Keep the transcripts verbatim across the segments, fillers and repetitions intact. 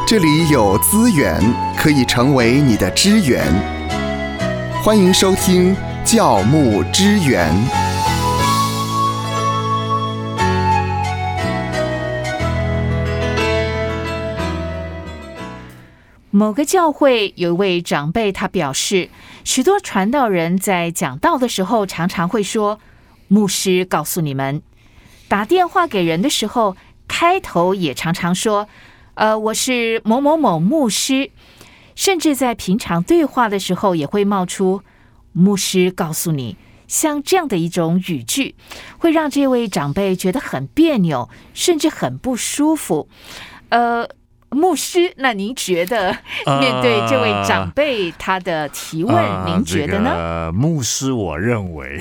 这里有资源可以成为你的支援。欢迎收听教牧支援。 某个教会有一位长辈，他表示，许多传道人在讲道的时候常常会说，牧师告诉你们。打电话给人的时候，开头也常常说，呃，我是某某某牧师。甚至在平常对话的时候也会冒出牧师告诉你。像这样的一种语句，会让这位长辈觉得很别扭，甚至很不舒服。呃牧师，那您觉得面对这位长辈他的提问，呃、您觉得呢？ 这个、牧师，我认为，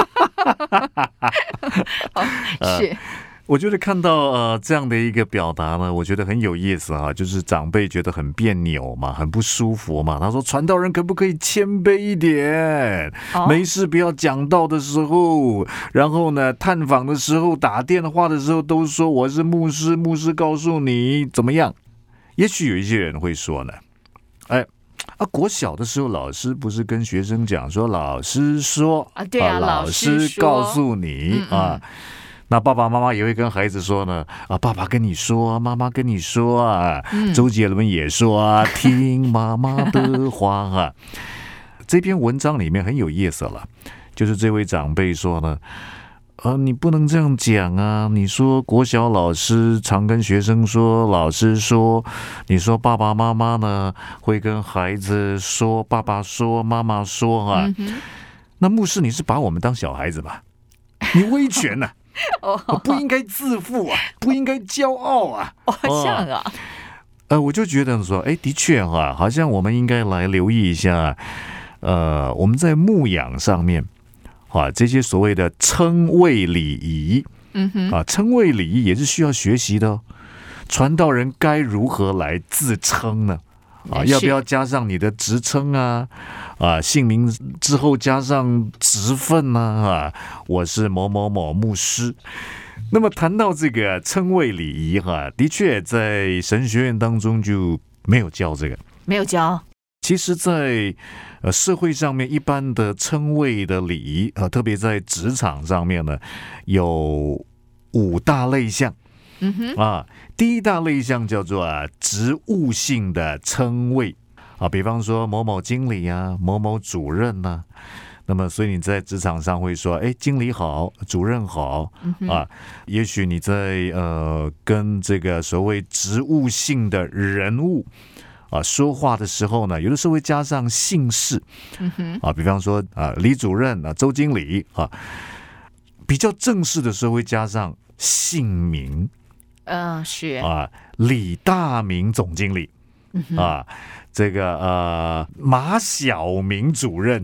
哦、是。 呃我觉得看到呃这样的一个表达呢，我觉得很有意思啊，就是长辈觉得很别扭嘛，很不舒服嘛。他说传道人可不可以谦卑一点？哦、没事不要讲道的时候，然后呢探访的时候、打电话的时候都说我是牧师，牧师告诉你怎么样。也许有一些人会说呢，哎。啊，国小的时候，老师不是跟学生讲说，老师说啊，对啊， 啊老师告诉你、嗯嗯、啊。那爸爸妈妈也会跟孩子说呢，啊，爸爸跟你说，妈妈跟你说啊，嗯、周杰伦也说啊，听妈妈的话啊。这篇文章里面很有意思了，就是这位长辈说呢，啊，你不能这样讲啊！你说国小老师常跟学生说，老师说，你说爸爸妈妈呢会跟孩子说，爸爸说，妈妈说啊。嗯、那牧师，你是把我们当小孩子吧？你威权呢、啊？我不应该自负啊，不应该骄傲啊！ 哦，这样啊。 呃，我就觉得说，哎，的确哈、啊，好像我们应该来留意一下，呃，我们在牧养上面。啊，这些所谓的称谓礼仪，嗯哼，啊，称谓礼仪也是需要学习的哦。传道人该如何来自称呢？啊，要不要加上你的职称啊？啊，姓名之后加上职分呢？啊，我是某某某牧师。那么谈到这个称谓礼仪，哈、啊，的确在神学院当中就没有教这个， 没有教。 其实在，呃社会上面一般的称谓的礼仪啊、呃，特别在职场上面呢，有五大类项。嗯哼啊，第一大类项叫做啊职务性的称谓啊，比方说某某经理啊，某某主任啊。那么，所以你在职场上会说，哎，经理好，主任好、嗯、啊。也许你在呃跟这个所谓职务性的人物啊，说话的时候呢，有的时候会加上姓氏，嗯哼，啊，比方说啊，李主任啊，周经理啊，比较正式的时候会加上姓名， 嗯、呃，是啊，李大明总经理，嗯、啊，这个呃马晓明主任，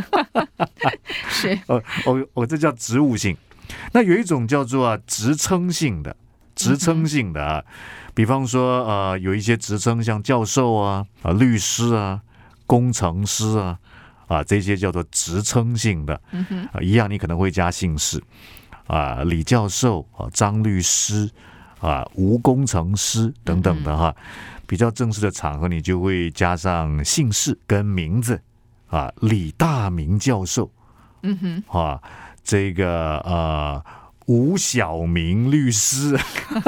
是， 哦哦哦，这叫职务性。那有一种叫做、啊、职称性的，职称性的啊。嗯比方说，呃，有一些职称像教授啊、啊律师啊、工程师啊，啊这些叫做职称性的，嗯哼，啊一样你可能会加姓氏，啊李教授啊、张律师啊、吴工程师等等的哈，比较正式的场合你就会加上姓氏跟名字，啊李大明教授，嗯哼，啊这个呃。吴晓明律师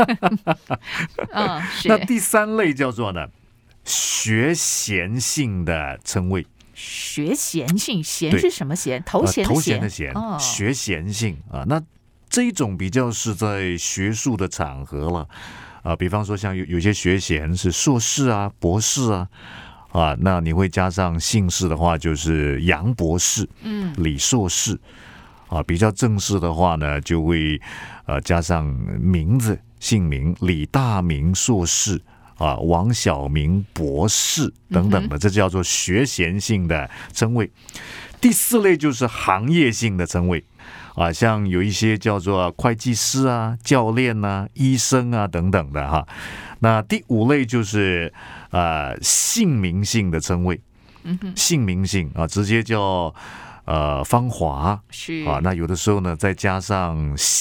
嗯， 那第三类叫做呢学衔性的称谓。 学衔性，衔是什么衔？头衔的衔、呃、头衔的衔、 哦、学衔性啊。那这一种比较是在学术的场合了啊，比方说像有有些学衔是硕士啊、博士啊啊，那你会加上姓氏的话，就是杨博士、嗯，李硕士。啊，比较正式的话呢，就会呃加上名字、姓名，李大明硕士啊，王晓明博士等等的，这叫做学衔性的称谓。第四类就是行业性的称谓啊，像有一些叫做会计师啊、教练啊、医生啊等等的哈。那第五类就是呃姓名性的称谓，姓名性啊，直接叫。呃，芳华是啊，那有的时候呢，再加上姓，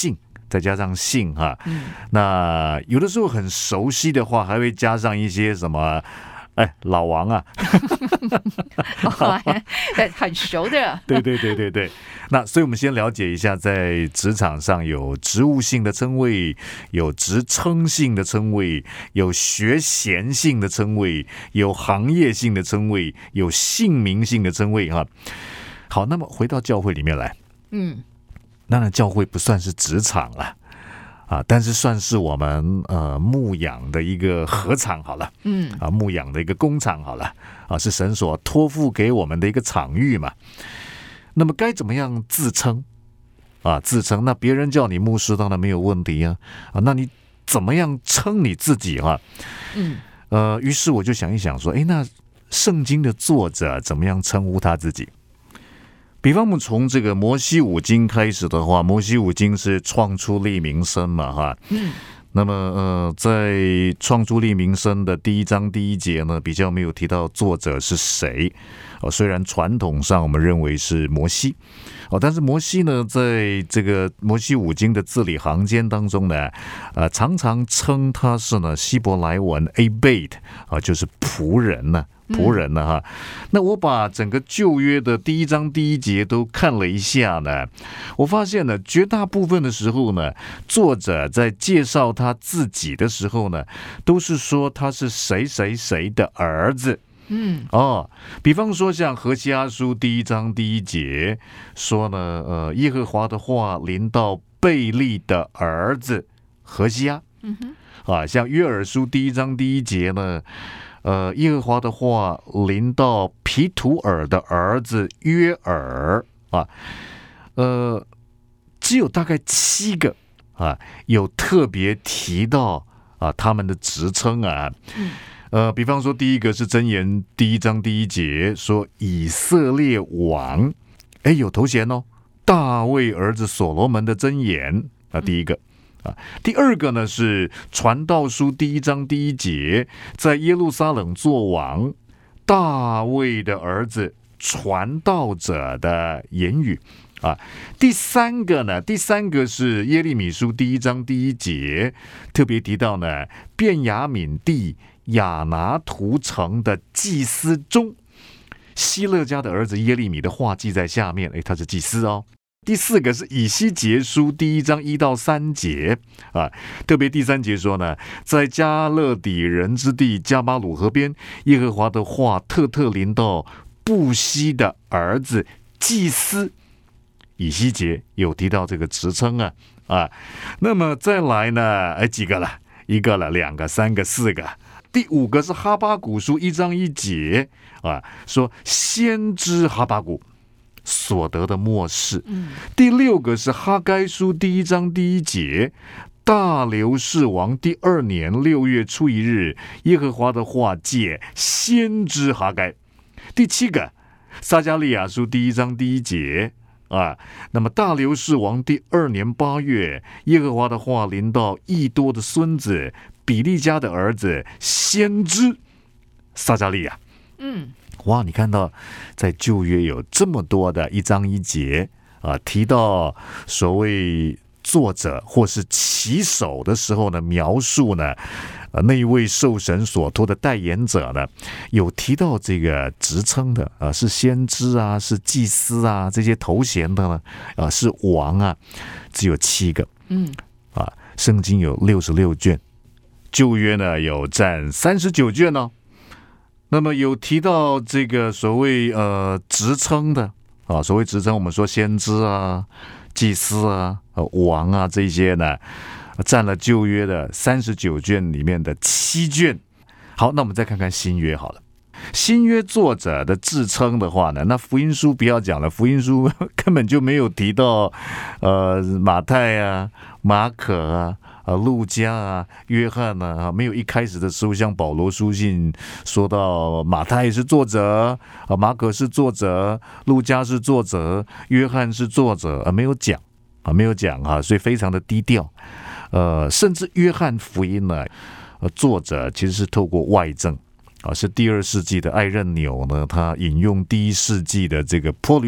再加上姓哈。 嗯， 那有的时候很熟悉的话，还会加上一些什么。哎，老王啊， 哦、很熟的。 对对对对对。那所以我们先了解一下，在职场上有职务性的称谓，有职称性的称谓，有学衔性的称谓，有行业性的称谓，有姓名性的称谓哈。好，那么回到教会里面来， 嗯， 当然教会不算是职场了。啊，但是算是我们呃牧养的一个禾场好了， 嗯， 啊牧养的一个工厂好了，啊是神所托付给我们的一个场域嘛。那么该怎么样自称？啊，自称，那别人叫你牧师当然没有问题啊，啊，那你怎么样称你自己哈、啊？ 嗯， 呃，于是我就想一想说，哎，那圣经的作者怎么样称呼他自己？比方我们从这个摩西五经开始的话，摩西五经是创出立民生嘛，哈， 嗯， 那么呃，在创出立民生的第一章第一节呢，比较没有提到作者是谁，哦，虽然传统上我们认为是摩西，哦，但是摩西呢，在这个摩西五经的字里行间当中呢，呃，常常称他是呢希伯来文 abed 啊，就是仆人呢、啊。仆人呢哈，那我把整个旧约的第一章第一节都看了一下呢，我发现呢，绝大部分的时候呢，作者在介绍他自己的时候呢，都是说他是谁谁谁的儿子。 嗯， 哦，比方说像何西阿书第一章第一节说呢，呃，耶和华的话临到贝利的儿子何西阿。 嗯哼， 啊，像约珥书第一章第一节呢。呃，耶和华的话临到皮图尔的儿子约珥啊，呃，只有大概七个啊，有特别提到啊他们的职称啊， 嗯， 呃，比方说第一个是箴言第一章第一节说以色列王，哎，有头衔哦，大卫儿子所罗门的箴言啊，第一个。啊，第二个呢是传道书第一章第一节，在耶路撒冷作王，大卫的儿子传道者的言语啊。第三个呢，第三个是耶利米书第一章第一节，特别提到呢，便雅悯地亚拿图城的祭司中，希勒家的儿子耶利米的话记在下面，诶，他是祭司哦。第四个是以西结书第一章一到三节啊，特别第三节说呢，在加勒底人之地加巴鲁河边，耶和华的话特特临到布西的儿子祭司以西结，有提到这个职称啊啊。那么再来呢，哎几个了？一个了，两个，三个，四个。第五个是哈巴谷书一章一节啊，说先知哈巴谷所得的默示。 嗯， 第六个是哈该书第一章第一节，大流士王第二年六月初一日，耶和华的话借先知哈该。第七个撒迦利亚书第一章第一节啊，那么大流士王第二年八月，耶和华的话临到益多的孙子比利家的儿子先知撒迦利亚。 嗯， 哇，你看到在旧约有这么多的一章一节啊，提到所谓作者或是起手的时候呢，描述呢，呃，那一位受神所托的代言者呢，有提到这个职称的啊，是先知啊，是祭司啊，这些头衔的呢，啊，是王啊，只有七个。 嗯， 啊，圣经有六十六卷，旧约呢有占三十九卷哦。那么有提到这个所谓呃职称的啊，所谓职称，我们说先知啊、祭司啊、呃、王啊这些呢，占了旧约的三十九卷里面的七卷。好，那我们再看看新约好了。新约作者的自称的话呢，那福音书不要讲了，福音书根本就没有提到呃马太啊、马可啊。啊，路加啊，约翰啊，没有一开始的时候像保罗书信说到马太是作者，啊，马可是作者，路加是作者，约翰是作者，啊，没有讲啊，没有讲哈、啊，所以非常的低调。呃，甚至约翰福音呢，呃，作者其实是透过外证啊，是第二世纪的艾任纽呢，他引用第一世纪的这个坡吕贾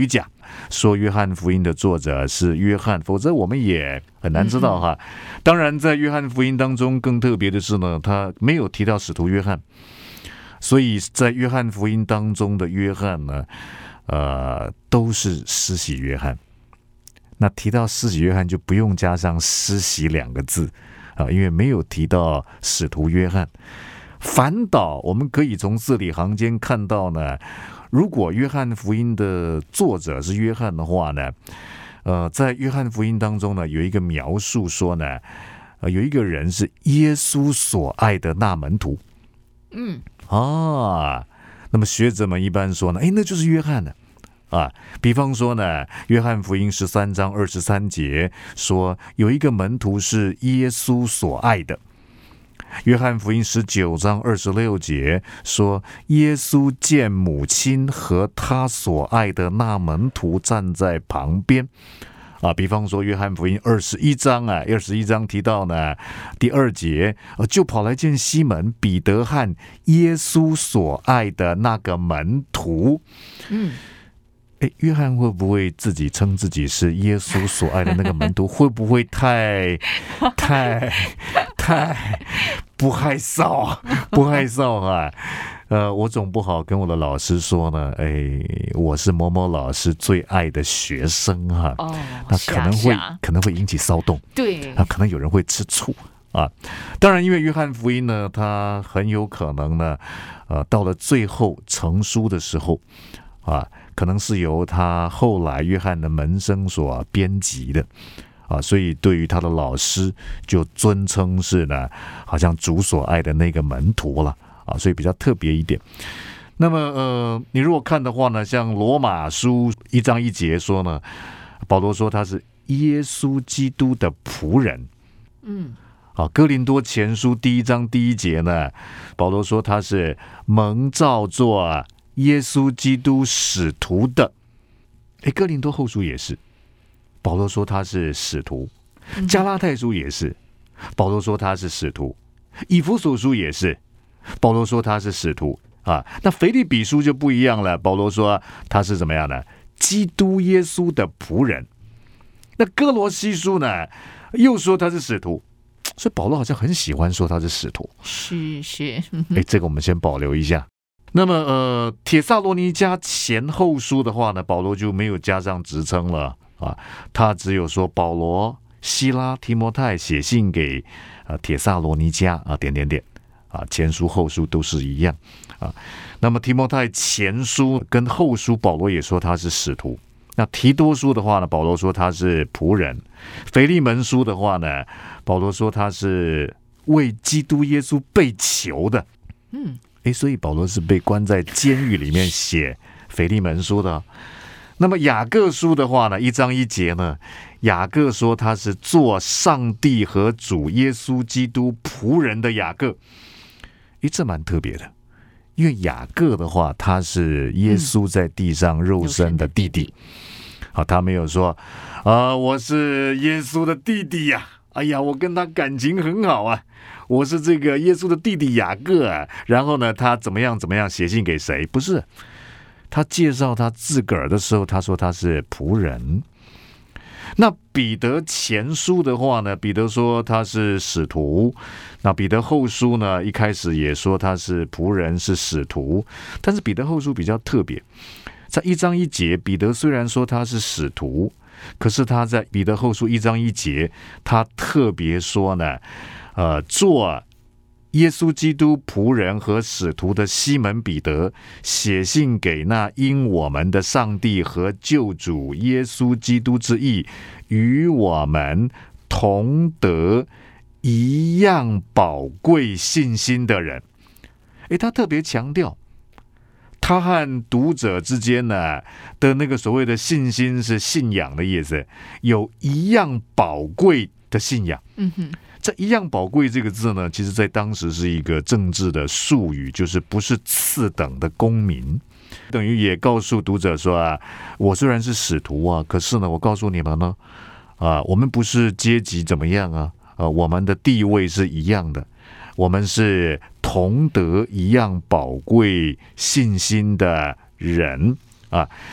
说约翰福音的作者是约翰，否则我们也很难知道哈。当然，在约翰福音当中更特别的是呢，他没有提到使徒约翰，所以在约翰福音当中的约翰呢，呃，都是施洗约翰。那提到施洗约翰就不用加上施洗两个字啊，因为没有提到使徒约翰。反倒我们可以从字里行间看到呢，如果约翰福音的作者是约翰的话呢，呃，在约翰福音当中呢，有一个描述说呢，呃，有一个人是耶稣所爱的那门徒。 嗯啊，那么学者们一般说呢，哎，那就是约翰呢。啊，比方说呢，约翰福音十三章二十三节说，有一个门徒是耶稣所爱的。约翰福音十九章二十六节说，耶稣见母亲和他所爱的那门徒站在旁边。啊，比方说约翰福音二十一章啊，二十一章提到呢，第二节，呃，就跑来见西门、彼得和耶稣所爱的那个门徒。 嗯。 哎，约翰会不会自己称自己是耶稣所爱的那个门徒？会不会太、太、太不害臊啊？不害臊啊！呃，我总不好跟我的老师说呢，哎，我是某某老师最爱的学生哈、啊。 哦， 那可能会、 啊啊、 可能会引起骚动， 对， 啊，可能有人会吃醋啊。当然，因为约翰福音呢，它很有可能呢，呃，到了最后成书的时候啊。可能是由他后来约翰的门生所编辑的啊，所以对于他的老师就尊称是呢，好像主所爱的那个门徒了啊，所以比较特别一点。那么呃，你如果看的话呢，像罗马书一章一节说呢，保罗说他是耶稣基督的仆人。 嗯， 啊，哥林多前书第一章第一节呢，保罗说他是蒙召做耶稣基督使徒的。诶，哥林多后书也是，保罗说他是使徒。加拉太书也是，保罗说他是使徒。以弗所书也是，保罗说他是使徒啊。那腓立比书就不一样了，保罗说他是怎么样呢？基督耶稣的仆人。那哥罗西书呢，又说他是使徒。所以保罗好像很喜欢说他是使徒。 是是， 哎，这个我们先保留一下。那么呃，帖撒罗尼迦前后书的话呢，保罗就没有加上职称了啊，他只有说保罗、希拉、提摩太写信给呃帖撒罗尼迦啊，点点点啊，前书后书都是一样啊。那么提摩太前书跟后书，保罗也说他是使徒。那提多书的话呢，保罗说他是仆人。腓利门书的话呢，保罗说他是为基督耶稣被囚的。 嗯。 诶，所以保罗是被关在监狱里面写腓利门书的。那么雅各书的话呢，一章一节呢，雅各说他是做上帝和主耶稣基督仆人的雅各。诶，这蛮特别的，因为雅各的话，他是耶稣在地上肉身的弟弟。好，他没有说啊、呃，我是耶稣的弟弟呀、啊。哎呀，我跟他感情很好啊，我是这个耶稣的弟弟雅各啊。然后呢，他怎么样怎么样写信给谁？不是，他介绍他自个儿的时候，他说他是仆人。那彼得前书的话呢，彼得说他是使徒。那彼得后书呢，一开始也说他是仆人，是使徒。但是彼得后书比较特别，在一章一节，彼得虽然说他是使徒，可是他在彼得后书一章一节，他特别说呢，呃，做耶稣基督仆人和使徒的西门彼得写信给那因我们的上帝和救主耶稣基督之义与我们同得一样宝贵信心的人。诶，他特别强调他和读者之间呢的那个所谓的信心是信仰的意思，有一样宝贵的信仰。 嗯哼， 这一样宝贵这个字呢，其实在当时是一个政治的术语，就是不是次等的公民，等于也告诉读者说啊，我虽然是使徒啊，可是呢，我告诉你们呢，啊，我们不是阶级怎么样啊，啊，我们的地位是一样的。我们是同得一样宝贵信心的人啊。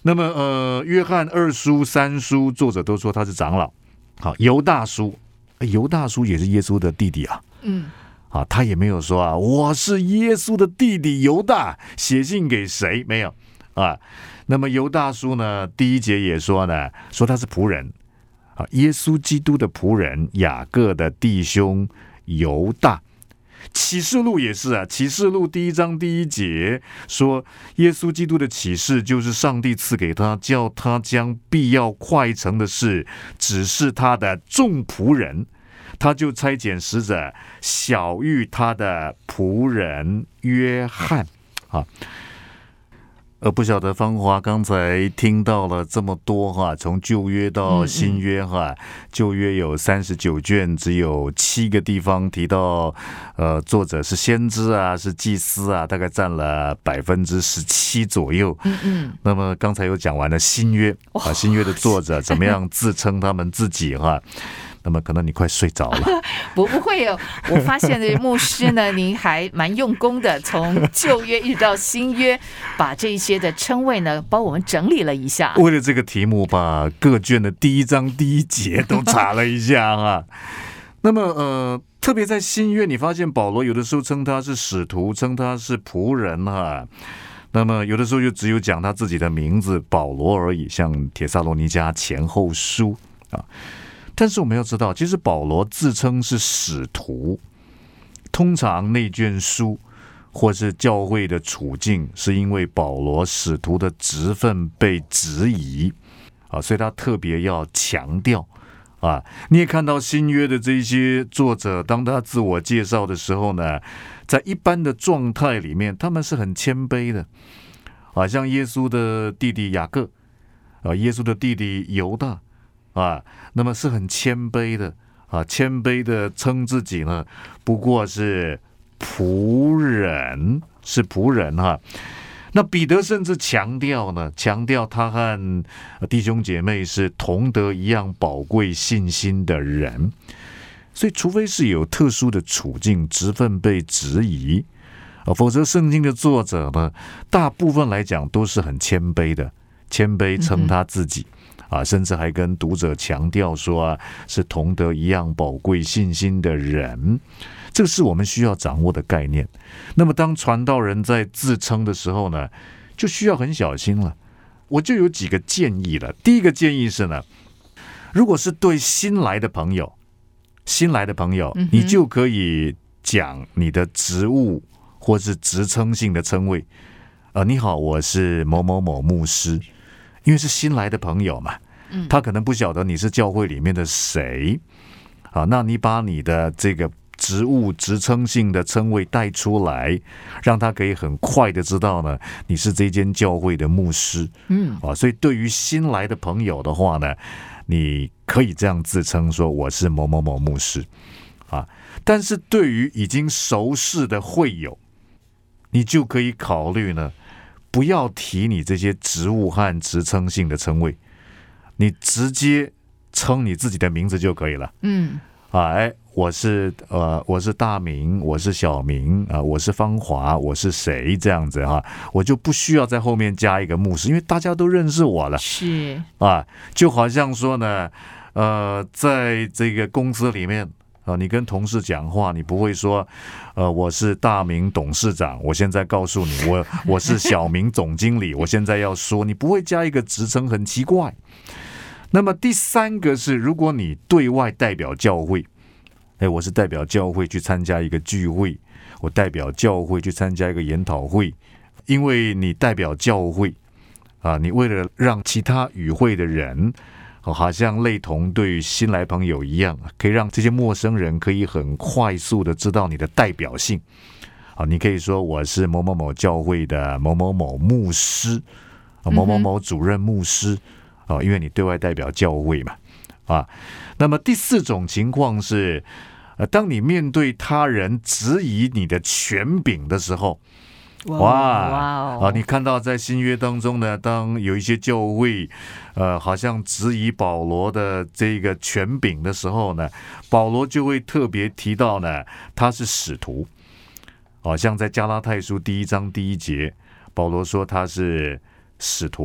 那么呃，约翰二书、三书作者都说他是长老。好，犹大叔，犹大叔也是耶稣的弟弟啊。 嗯， 啊，他也没有说啊，我是耶稣的弟弟犹大，写信给谁？没有啊。那么犹大叔呢，第一节也说呢，说他是仆人啊，耶稣基督的仆人，雅各的弟兄犹大。启示录也是啊，启示录第一章第一节说，耶稣基督的启示就是上帝赐给他，叫他将必要快成的事指示他的众仆人，他就差遣使者晓谕他的仆人约翰啊。呃，不晓得芳华刚才听到了这么多哈，从旧约到新约哈，嗯嗯旧约有三十九卷，只有七个地方提到，呃，作者是先知啊，是祭司啊，大概占了百分之十七左右。嗯嗯。那么刚才又讲完了新约啊，新约的作者怎么样自称他们自己哈？那么可能你快睡着了。 不不会哦，我发现的牧师呢，您还蛮用功的，从旧约一直到新约，把这些的称谓呢，帮我们整理了一下。 为了这个题目，把各卷的第一章第一节都查了一下哈。那么呃，特别在新约，你发现保罗有的时候称他是使徒，称他是仆人哈。那么有的时候就只有讲他自己的名字保罗而已，像帖撒罗尼迦前后书啊。但是我们要知道，其实保罗自称是使徒，通常内卷书或是教会的处境，是因为保罗使徒的职分被质疑啊，所以他特别要强调啊。你也看到新约的这些作者，当他自我介绍的时候呢，在一般的状态里面，他们是很谦卑的啊，像耶稣的弟弟雅各啊，耶稣的弟弟犹大。啊，那么是很谦卑的啊，谦卑的称自己呢，不过是仆人，是仆人哈、啊。那彼得甚至强调呢，强调他和弟兄姐妹是同得一样宝贵信心的人，所以除非是有特殊的处境，职分被质疑啊，否则圣经的作者呢，大部分来讲都是很谦卑的，谦卑称他自己。嗯啊，甚至还跟读者强调说啊，是同得一样宝贵信心的人，这个是我们需要掌握的概念。那么当传道人在自称的时候呢，就需要很小心了。我就有几个建议了。第一个建议是呢，如果是对新来的朋友，新来的朋友，你就可以讲你的职务或是职称性的称谓。呃，你好，我是某某某牧师。因为是新来的朋友嘛，他可能不晓得你是教会里面的谁啊，那你把你的这个职务职称性的称谓带出来，让他可以很快的知道呢，你是这间教会的牧师。嗯啊，所以对于新来的朋友的话呢，你可以这样自称说我是某某某牧师啊，但是对于已经熟识的会友，你就可以考虑呢，不要提你这些职务和职称性的称谓，你直接称你自己的名字就可以了。嗯，啊，哎，我是呃，我是大明，我是小明啊、呃，我是芳华，我是谁这样子哈、啊，我就不需要在后面加一个牧师，因为大家都认识我了。 是啊，就好像说呢，呃，在这个公司里面。啊，你跟同事讲话，你不会说，呃，我是大明董事长，我现在告诉你，我我是小明总经理，我现在要说，你不会加一个职称，很奇怪。那么第三个是，如果你对外代表教会，哎，我是代表教会去参加一个聚会，我代表教会去参加一个研讨会，因为你代表教会啊，你为了让其他与会的人。好像类同对新来朋友一样，可以让这些陌生人可以很快速的知道你的代表性。啊，你可以说我是某某某教会的某某某牧师，某某某主任牧师，啊，因为你对外代表教会嘛。啊，那么第四种情况是，呃，当你面对他人质疑你的权柄的时候。哇哇、wow, 啊！你看到在新约当中呢，当有一些教会，呃，好像质疑保罗的这个权柄的时候呢，保罗就会特别提到呢，他是使徒。好、啊、像在加拉太书第一章第一节，保罗说他是使徒。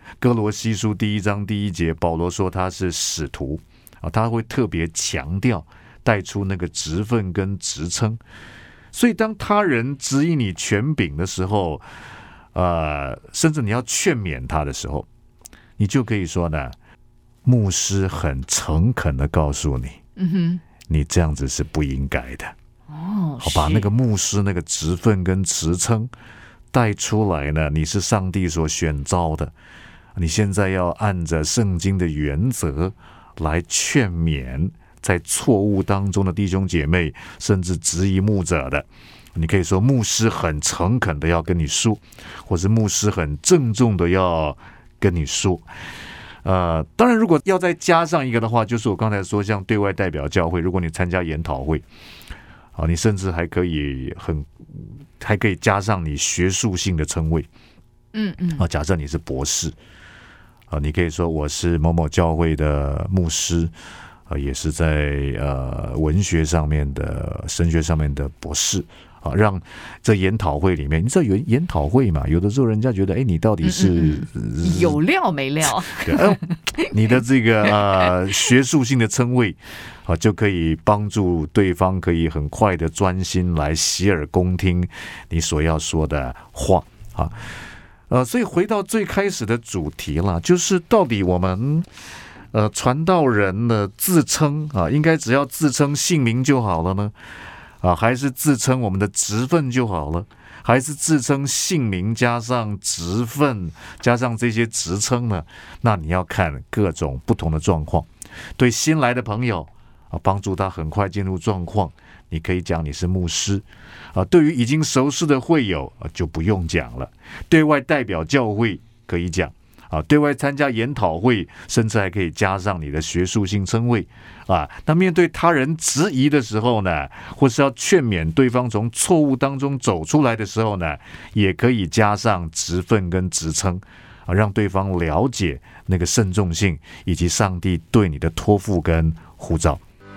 哥罗西书第一章第一节，保罗说他是使徒啊，他会特别强调带出那个职分跟职称。所以当他人质疑你权柄的时候，呃，甚至你要劝勉他的时候，你就可以说呢，牧师很诚恳的告诉你， 嗯哼， 你这样子是不应该的。 哦， 好，把那个牧师那个职分跟职称带出来呢，你是上帝所选召的，你现在要按着圣经的原则来劝勉在错误当中的弟兄姐妹，甚至质疑牧者的。你可以说牧师很诚恳的要跟你说，或是牧师很郑重的要跟你说。呃，当然如果要再加上一个的话，就是我刚才说像对外代表教会，如果你参加研讨会啊，你甚至还可以很还可以加上你学术性的称谓。 嗯嗯啊，假设你是博士啊，你可以说我是某某教会的牧师，啊，也是在呃文学上面的神学上面的博士。啊，让这研讨会里面，你知道有研讨会嘛？有的时候人家觉得，哎，你到底是、 嗯嗯、有料没料？ 对，呃、你的这个呃学术性的称谓啊，就可以帮助对方可以很快的专心来洗耳恭听你所要说的话啊。呃，所以回到最开始的主题了，就是到底我们呃传道人的自称啊，应该只要自称姓名就好了呢？啊，还是自称我们的职分就好了？还是自称姓名加上职分加上这些职称呢？那你要看各种不同的状况。对新来的朋友啊，帮助他很快进入状况，你可以讲你是牧师啊。对于已经熟识的会友啊，就不用讲了。对外代表教会可以讲啊，对外参加研讨会，甚至还可以加上你的学术性称谓啊。那面对他人质疑的时候呢，或是要劝勉对方从错误当中走出来的时候呢，也可以加上职分跟职称啊，让对方了解那个慎重性以及上帝对你的托付跟呼召。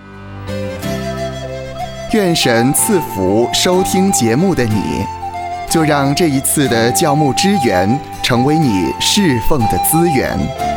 愿神赐福收听节目的你，就让这一次的教牧支援成为你侍奉的资源。